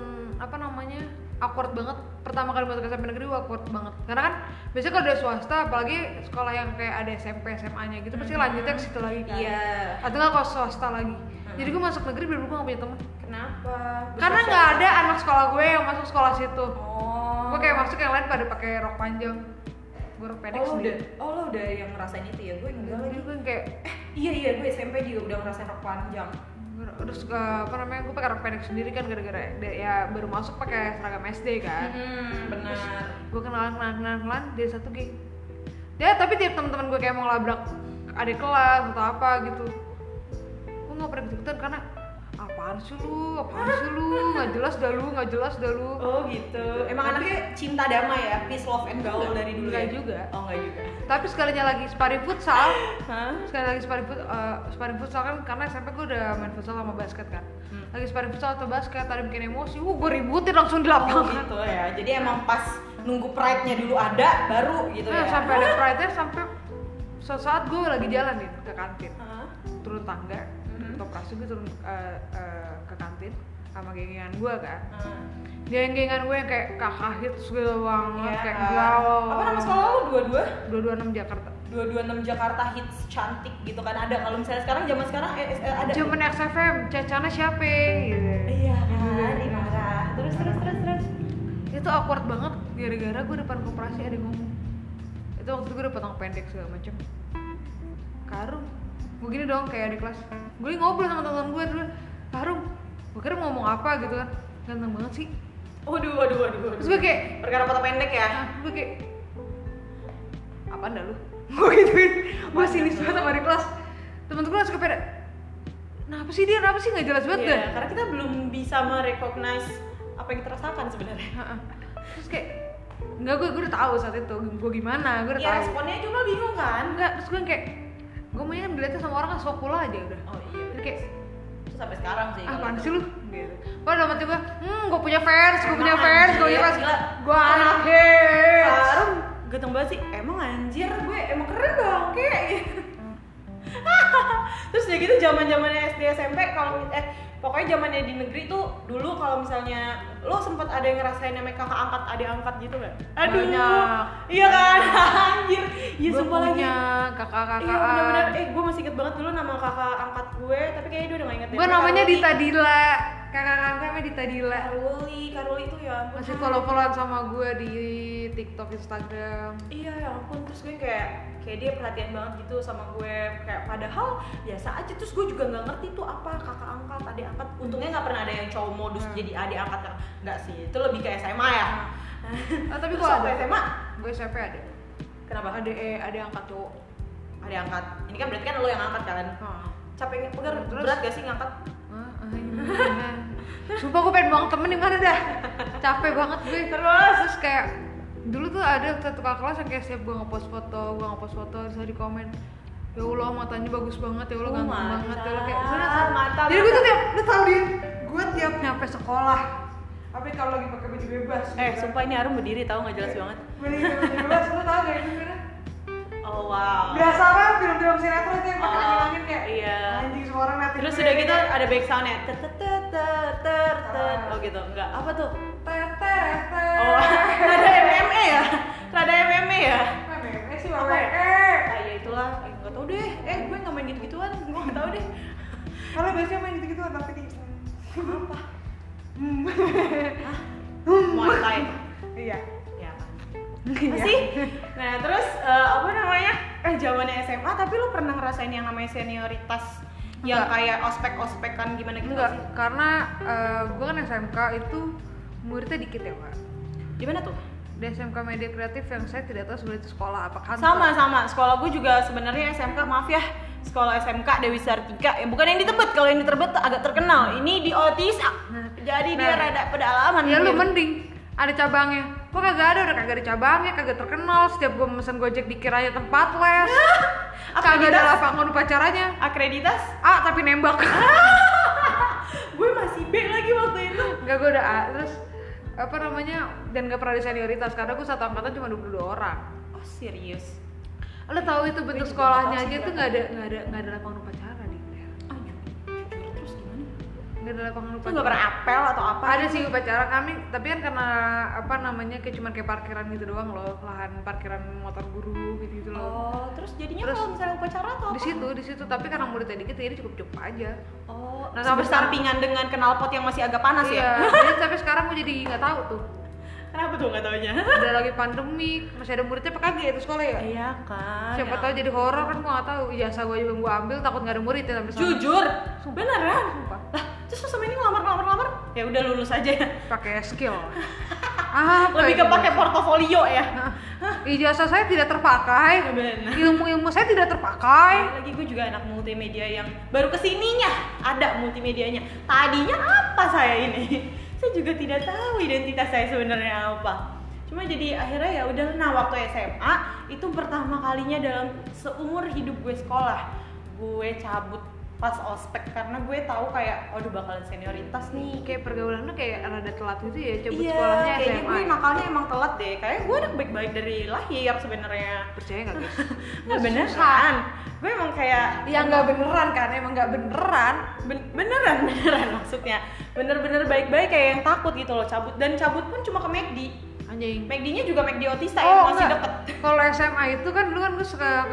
awkward banget. Pertama kali masuk SMP negeri gue awkward banget. Karena kan biasanya kalau udah swasta, apalagi sekolah yang kayak ada SMP, SMA-nya gitu, pasti lanjutnya ke situ lagi kan. Iya. Atau nggak kalau swasta lagi. Jadi gue masuk negeri bener-bener gue gak punya temen. Kenapa? Karena nggak ada anak sekolah gue yang masuk sekolah situ. Oh. Gue kayak masuk yang lain pada pakai rok panjang. Gue rok pendek sendiri. Lo udah yang ngerasain itu ya? Gue enggak lagi. Jadi gue kayak Iya, gue SMP juga udah ngerasain rok panjang. terus gue pakai rok pendek sendiri kan gara-gara ya baru masuk pakai seragam SD kan. Benar. Gue kenalan dia satu geng. Dia tapi tiap teman-teman gue kayak mau labrak adik kelas atau apa gitu. Gue nggak pernah ikut-ikutan karena apaan sih lu, nggak jelas dah lu. Oh gitu. Emang anaknya cinta damai ya, peace, love and gaul dari dulu. Enggak ya? juga. Oh enggak juga. Tapi sekalinya lagi sparring futsal, Hah? sparring futsal kan karena SMP gue udah main futsal sama basket kan. Lagi sparring futsal atau basket ada bikin emosi, gue ributin langsung di Oh lapangan. gitu ya. Jadi emang pas nunggu pride-nya dulu ada, baru gitu ya. Sampai ada pride-nya sampai suatu saat gue lagi jalan nih ke kantin, Hah? turun tangga, ke operasi gue turun ke kantin sama gengan gue kan. Gengan gue yang kayak kakak hits gitu banget, Iya, kayak kan? galau. Apa nama sekolah lu? 226 Jakarta. 226 Jakarta hits cantik gitu kan, ada. Kalau misalnya sekarang zaman sekarang ada. Zaman XFM, Cacana siapa? Gitu. Iya kan, marah. Terus. Itu awkward banget gara-gara gue depan koperasi ada yang ngomong. Itu waktu itu gue udah potong pendek segala macem. Karum, gue gini dong kayak di kelas. Gue ngobrol sama teman gue dulu. Karum, gue kira mau ngomong apa gitu kan. Ganteng banget sih. Waduh. Terus gue kayak, perkara foto pendek ya. gue kayak apaan dah lu? Gue gituin. Gue sinis banget sama di kelas. Temen-temen gue langsung kepeda. Kenapa sih dia? Nggak jelas banget dah. Karena kita belum bisa merecognize apa yang kita rasakan sebenarnya. Terus kayak enggak, gue udah tahu saat itu gue gimana, gue udah Ya tahu. responnya cuma bingung kan. Enggak, terus gue kayak gue maunya kan dilihatnya sama orang kan sok pula aja udah. Oh iya. Jadi kayak Terus sampai sekarang sih. apaan kalau sih itu. lu? Gitu. Padahal dalam hati gue, gue punya fans, Emang anjir, gila. gue anak hits. Karum ganteng banget sih. Emang anjir, gue emang keren dong kayak. Terus udah gitu zaman-zamannya SD SMP kalau pokoknya zamannya di negeri tuh dulu kalau misalnya lo sempet ada yang ngerasain namanya kakak angkat, adik angkat gitu nggak? Aduh, Banyak. iya kan, anjir, iya Gue sumpah lagi. punya kakak-kakaan. Iya benar-benar, gue masih inget banget dulu nama kakak angkat gue, tapi kayaknya dia udah nggak inget. Gue namanya Dita Dila, kakak-kakak gue namanya Dita Dila. Karuli itu ya ampun. Masih follow-followan sama gue di TikTok, Instagram. Iya ya ampun, terus gue kayak dia perhatian banget gitu sama gue, kayak padahal biasa aja. Terus gue juga nggak ngerti tuh apa kakak angkat, adik angkat. Untungnya nggak pernah ada yang cowok modus jadi adik angkat, nggak sih, itu lebih ke SMA ya. Tapi Terus gue waktu SMA gue SMP ada. kenapa? Ada angkat cowok. Adik angkat, ini kan berarti kan lo yang angkat kan? Capek berat gak sih ngangkat? Sumpah gue pengen banget temen di mana dah. Capek banget gue. Terus kayak dulu tuh ada satu kakak kelas yang kayak setiap gue ngepost foto terus di komen, ya Allah matanya bagus banget, ya Allah ganteng banget, ya Allah kayak mata. Jadi gue tuh tiap, lu tau dia, gue tiap nyampe sekolah, tapi kalau lagi pakai baju bebas. Sumpah ini Arum berdiri tahu nggak jelas banget. Beli baju bebas, lu tau gak itu gimana? Oh wow. Biasa kan film-film sinetron itu yang pakai angin-angin kayak iya. anjing semua orang liatin. Terus gue udah kayak, gitu ada back soundnya oh gitu, enggak apa tuh? Oh, rada MMA ya? Rada MMA ya? MMA sih Apa ya? WWE. Ah ya itulah, nggak tahu deh. Gue nggak main gitu-gituan, gue nggak tahu deh. Kalau biasanya main gitu-gitu tapi di Apa? Muay Thai. iya. Ya kan. Masih? Nah terus apa namanya? Zamannya SMA, tapi lu pernah ngerasain yang namanya senioritas yang kayak ospek-ospekan gimana gitu Enggak, nggak sih? karena gue kan SMK itu muridnya dikit ya Pak. Di mana tuh? Di SMK Media Kreatif yang saya tidak tahu sebenarnya itu sekolah apa kantor. Sama sekolah gue juga sebenarnya SMK, maaf ya, sekolah SMK Dewi Sartika yang bukan yang di Tebet. Kalau yang di Tebet agak terkenal, ini di Otis jadi dia rada pedalaman. Ya lu gitu. mending ada cabangnya. Kok kagak ada, udah kagak ada cabangnya, kagak terkenal. Setiap gue mesen Gojek dikiranya tempat les. Kagak ada lapangan upacaranya. Akreditas? A tapi nembak. Gue masih B lagi waktu itu. Enggak, gue udah A. Terus apa namanya, dan gak pernah di senioritas karena gue satu angkatan cuma 22 orang. Oh serius? Lo tahu itu bentuk juga sekolahnya tahu aja sih tuh nggak ada lapangan upacara di Jujur terus gimana? nggak ada lapangan Itu upacara. nggak pernah apel atau apa? Ada sih upacara kami, tapi kan karena apa namanya kayak cuma kayak parkiran gitu doang loh, lahan parkiran motor guru gitu loh. Oh, terus jadinya Terus kalau misalnya upacara atau apa? Di situ tapi karena muridnya dikit jadi cukup aja. Oh, Nah, sampai sampai sekarang- sampingan dengan knalpot yang masih agak panas ya? Iya, jadi sampai sekarang gue jadi nggak tahu tuh. Kenapa tuh nggak taunya? Udah lagi pandemi, masih ada muridnya apa kagak ya itu sekolah ya? Iya kan. Siapa tahu jadi horor kan gue nggak tahu. Ijazah gue juga gue ambil takut nggak ada murid ya sampai sekarang. Jujur, beneran? Sumpah. Lah, terus lu sama ini ngelamar? Ya udah lulus aja ya. Pakai skill. Apa Lebih ke itu? pakai portofolio ya. Nah, Ijazah saya tidak terpakai. Benar. Ilmu saya tidak terpakai. Lagi gue juga anak multimedia yang baru kesininya ada multimedianya. Tadinya apa saya ini? Saya juga tidak tahu identitas saya sebenarnya apa. Cuma jadi akhirnya ya udah. Nah waktu SMA itu pertama kalinya dalam seumur hidup gue sekolah, gue cabut pas ospek karena gue tahu kayak aduh bakalan senioritas nih. Kayak pergaulannya kayak rada telat gitu ya, cabut Iya, sekolahnya kayaknya SMA. gue nakalnya emang telat deh. Kayak gue anak baik-baik dari lahir sebenarnya. Percaya nggak guys? Nggak beneran. Gue emang kayak Ya nggak beneran kan, emang nggak beneran. beneran maksudnya. Bener-bener baik-baik kayak yang takut gitu loh cabut. Dan cabut pun cuma ke McD. Anjing. McD-nya juga McD Otista yang masih deket. Kalau SMA itu kan dulu kan gue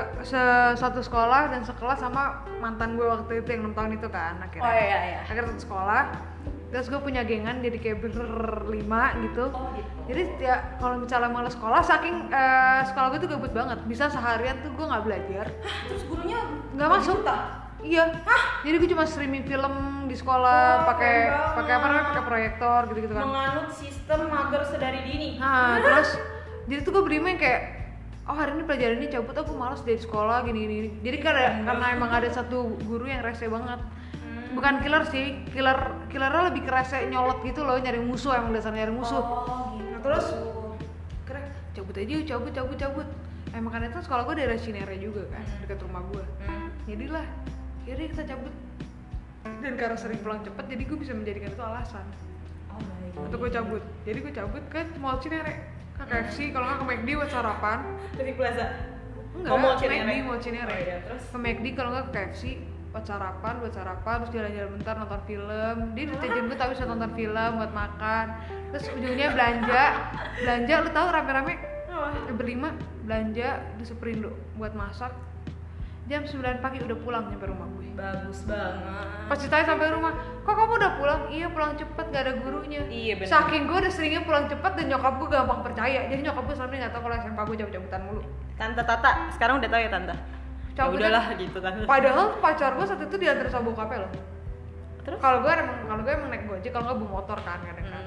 satu sekolah dan sekelas sama mantan gue waktu itu yang 6 tahun itu kan akhirnya. Oh iya. Akhirnya satu sekolah. Terus gue punya gengan jadi kayak berlima gitu. Oh gitu. Jadi ya kalau misalnya malas sekolah, saking sekolah gue tuh gabut banget. Bisa seharian tuh gue nggak belajar. Hah, terus gurunya Nggak masuk. Iya. Jadi gue cuma streaming film di sekolah, pakai apa namanya, pakai proyektor gitu kan. Menganut sistem mager sedari dini. Nah, terus jadi tuh gue beriman kayak oh hari ini pelajaran ini cabut, aku malas dari sekolah gini. Jadi karena emang ada satu guru yang rese banget. Bukan killer sih, killernya lebih kerese nyolot gitu loh, nyari musuh, emang dasarnya nyari musuh. Oh gitu. Nah, terus keren, cabut aja yuk, cabut. Emang kan itu sekolah gue daerah Cinere juga kan, dekat rumah gue. Jadilah, yaudah kita cabut. Dan karena sering pulang cepet, jadi gue bisa menjadikan itu alasan Oh baik. untuk gue cabut. Jadi gue cabut ke Mall Cinere, ke KFC, kalau nggak ke McD buat sarapan. Dari Plaza. Enggak, Oh, Mall Cinere. Mall Cinere. Oh, iya, terus? Ke McD kalau nggak ke KFC buat sarapan, terus jalan-jalan bentar nonton film. Dia ditejen gue tapi bisa nonton film buat makan. Terus ujungnya belanja, lu tahu rame-rame berlima belanja di Superindo buat masak. Jam 9 pagi udah pulang nyampe rumah gue. Bagus banget. Pas ditanya sampai rumah, kok kamu udah pulang? Iya pulang cepet, gak ada gurunya. Iya benar. Saking gue udah seringnya pulang cepet dan nyokap gue gampang percaya. Jadi nyokap gue sampai nggak tahu kalau SMP gue cabut-cabutan mulu. Tante Tata, sekarang udah tahu ya Tante? Ya udahlah gitu Tante. Padahal pacar gue saat itu diantar sama bokapnya loh. Terus? Kalau gue emang naik gojek, kalau nggak bawa motor kan kadang-kadang.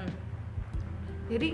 Jadi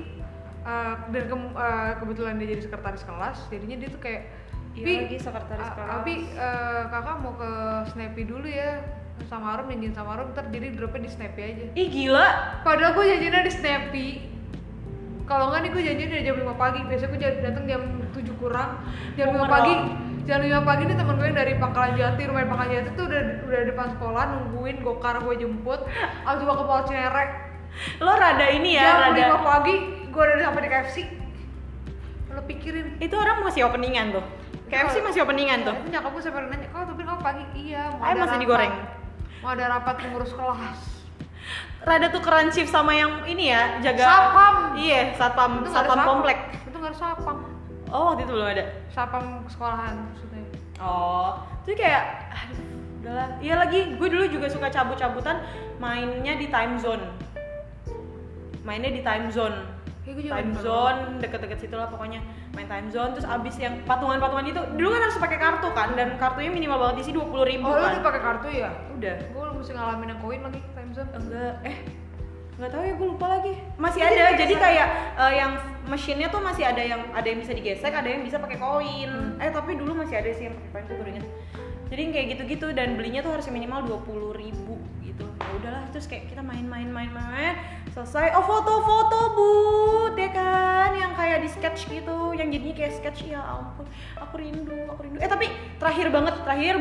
kebetulan dia jadi sekretaris kelas, jadinya dia tuh kayak Iya lagi sekretaris kelas. Abi kakak mau ke Snappy dulu ya sama Arum, janjian sama Arum, ntar jadi dropnya di Snappy aja. Ih gila. Padahal gue janjiannya di Snappy. Kalau nggak nih gue janjian dari jam 5 pagi. Biasanya gue datang jam 7 kurang. Jam 5 pagi. Jam 5 pagi nih temen gue yang dari Pangkalan Jati, rumah Pangkalan Jati tuh udah depan sekolah nungguin gokar gue jemput. Abis gue ke Mall Cinere. Lo rada ini ya, Jam rada 5 pagi gue udah sampai di KFC. Lo pikirin. itu orang masih openingan tuh. KFC masih openingan tuh. Nyokap gue sampai nanya, kok tapi kamu pagi? Iya, mau Ayah ada masih rapat. digoreng. Mau ada rapat pengurus kelas. Rada tukeran shift sama yang ini ya, jaga Satpam. Iya, satpam Itu nggak ada satpam komplek. Itu nggak ada sapam. Oh, waktu itu belum ada. Sapam sekolahan maksudnya. Oh, jadi kayak aduh, udahlah. Iya lagi, gue dulu juga suka cabut-cabutan mainnya di time zone. Mainnya di time zone. Ya, gue juga Time pernah. zone deket-deket situ lah pokoknya, main time zone. Terus abis yang patungan-patungan itu dulu kan harus pakai kartu kan, dan kartunya minimal banget isi 20.000 Oh, lu kan. udah pakai kartu ya? Udah. Gue mesti ngalamin yang koin lagi time zone. Enggak, nggak tahu ya, gue lupa lagi. Masih ada, jadi kayak yang mesinnya tuh masih ada yang bisa digesek, ada yang bisa pakai koin. Tapi dulu masih ada sih yang pakai koin, gue baru ingat. Jadi kayak gitu-gitu, dan belinya tuh harus minimal 20.000 gitu. Ya udahlah, terus kayak kita main, selesai. Oh, foto-foto booth ya kan, yang kayak di sketch gitu, yang jadinya kayak sketch. Ya ampun, aku rindu. Tapi terakhir banget.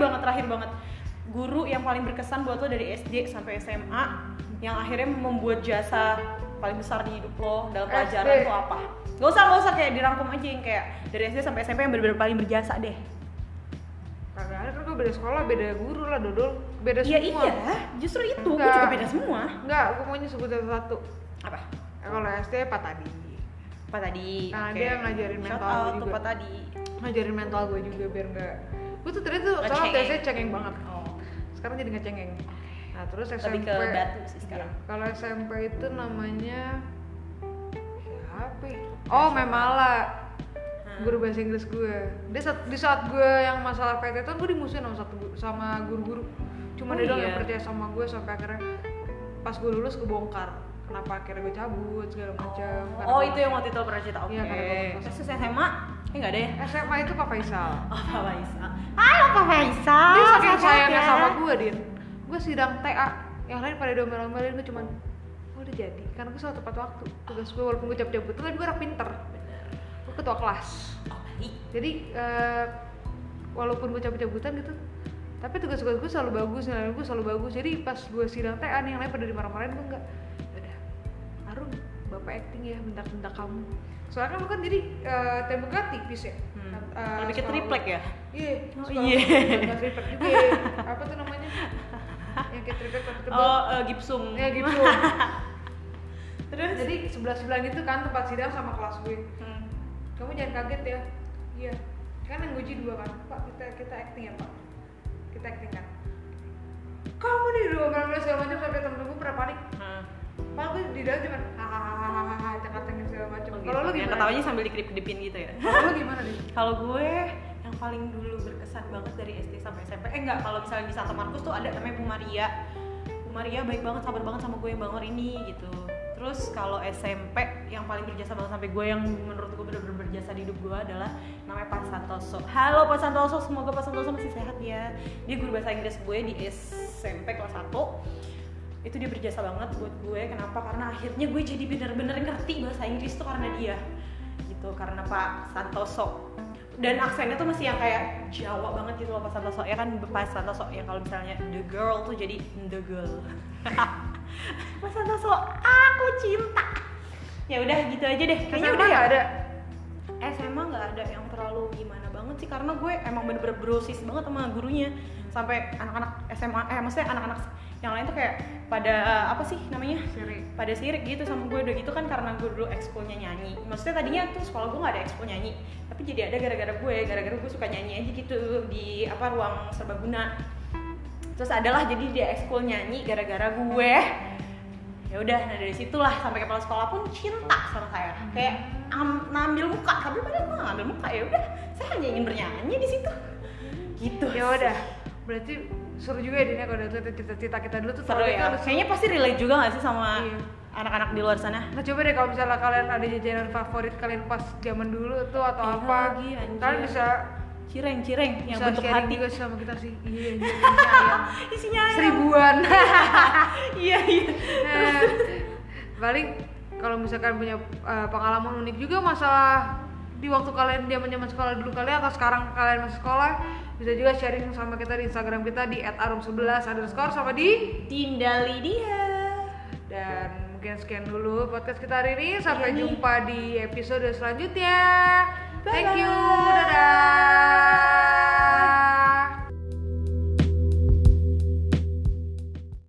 Guru yang paling berkesan buat lo dari SD sampai SMA, yang akhirnya membuat jasa paling besar di hidup lo dalam pelajaran SD. tuh apa? Gak usah kayak dirangkum aja, yang kayak dari SD sampai SMP yang benar-benar paling berjasa deh. Kagak ada, kan gue beda sekolah, beda guru lah, dodol. Beda Iya semua. iya, justru itu, gue Enggak. juga beda semua. Enggak, gue maunya sebut satu. Apa? Kalau SD Pak Tadi. Pak tadi. Nah, oke. dia ngajarin Shout mental out gue tuh juga. Pak tadi. Ngajarin mental gue juga biar enggak. Gue tuh ternyata tuh soalnya Ngecengeng. biasanya cengeng banget. Oh. Sekarang jadi ngecengeng. Nah, terus SMP. Lebih ke batu sih sekarang. Iya. Kalau SMP itu namanya siapa? Ya? Oh, Memala. Guru bahasa Inggris gue. Dia di saat gue yang masalah PT itu gue dimusuhin sama guru-guru. Cuma Oh, dia doang iya. yang percaya sama gue sampai akhirnya pas gue lulus kebongkar. Kenapa akhirnya gue cabut segala macam. Oh, itu yang waktu itu pernah cerita. Oke. Iya, karena gue Terus SMA Nggak ada ya? SMA itu Pak Faisal. Oh, Pak Faisal. Halo Pak Faisal. Dia saking sehat sayangnya ya? sama gue, Din. Gue sidang TA, yang lain pada domel-domelin, gue cuman udah jadi, karena gue selalu tepat waktu. Tugas gue walaupun gue cabut-cabut, tapi gue orang pinter. Gue ketua kelas. Oh, baik. Jadi walaupun gue cabut-cabutan gitu, tapi tugas-tugas gue selalu bagus, nilai gue selalu bagus. Jadi pas gue sidang TA nih, yang lain pada dimarah-marahin, gue enggak. Udah, Arum, bapak acting ya, bentak-bentak kamu. Soalnya kan lu kan jadi temboknya tipis ya. Lebih ke triplek ya? Iya. Oh, sekolah iya. gua nggak triplek juga ya. Apa tuh namanya? Yang kayak triplek tapi tebal. Oh, gipsum. Ya gitu. Terus? Jadi sebelah gitu kan tempat sidang sama kelas gue. Kamu jangan kaget ya. Iya. Kan yang nguji 2 kan. Pak, kita acting ya, Pak. Kita acting kan. Kamu nih dua belas segala macam sampai temen gue pernah panik. Pak, gue di dalam cuma hahaha cakap-cakap segala macam. Kalau lu Yang gimana? ketawanya sambil dikedip-kedipin gitu ya? Kalau lu gimana nih? Kalau gue yang paling dulu berkesan banget dari SD sampai SMP, enggak, kalau misalnya di Santo Markus tuh ada namanya Bu Maria. Bu Maria baik banget, sabar banget sama gue yang bangor ini gitu. Terus kalau SMP yang paling berjasa banget sampai gue, yang menurut gue benar-benar berjasa di hidup gue adalah namanya Pak Santoso. Halo Pak Santoso, semoga Pak Santoso masih sehat ya. Dia guru bahasa Inggris gue di SMP kelas 1. Itu dia berjasa banget buat gue. Kenapa? Karena akhirnya gue jadi benar-benar ngerti bahasa Inggris tuh karena dia gitu, karena Pak Santoso. Dan aksennya tuh masih yang kayak Jawa banget gitu loh Pak Santoso. Ya kan Pak Santoso yang kalau misalnya the girl tuh jadi the girl. Pak Santoso, aku cinta. Ya udah gitu aja deh. Kayaknya SMA udah ya. nggak ada. SMA nggak ada yang terlalu gimana banget sih, karena gue emang bener-bener brosis banget sama gurunya. Sampai anak-anak SMA, maksudnya anak-anak yang lain tuh kayak pada apa sih namanya? Pada sirik gitu sama gue. Udah gitu kan karena gue dulu ekskulnya nyanyi. Maksudnya tadinya tuh sekolah gue nggak ada ekskul nyanyi, tapi jadi ada gara-gara gue suka nyanyi aja gitu di ruang serbaguna. Terus adalah jadi dia ekskul nyanyi gara-gara gue. Ya udah, nah dari situlah sampai kepala sekolah pun cinta sama saya. Kayak ngambil muka, tapi padahal gue nggak ngambil muka. Ya udah, saya hanya ingin bernyanyi di situ. Gitu. Ya udah, berarti seru juga ya Dina kalau udah lihat cita-cita kita dulu tuh. Seru ya. Kayaknya pasti relate juga nggak sih sama anak-anak di luar sana? Nah coba deh kalau misalnya kalian ada jajanan favorit kalian pas zaman dulu tuh atau apa, kalian bisa cireng yang bisa bentuk sharing hati juga sama kita sih. Iya, isinya ayam. Isinya ayam. Seribuan. Iya. Nah, paling kalau misalkan punya pengalaman unik juga masalah di waktu kalian zaman sekolah dulu kalian atau sekarang kalian masih sekolah, bisa juga sharing sama kita di Instagram kita di @arum11_ sama di Dinda Lydia. Dan mungkin sekian dulu podcast kita hari ini. Sampai jumpa di episode selanjutnya. Thank you. Dadah.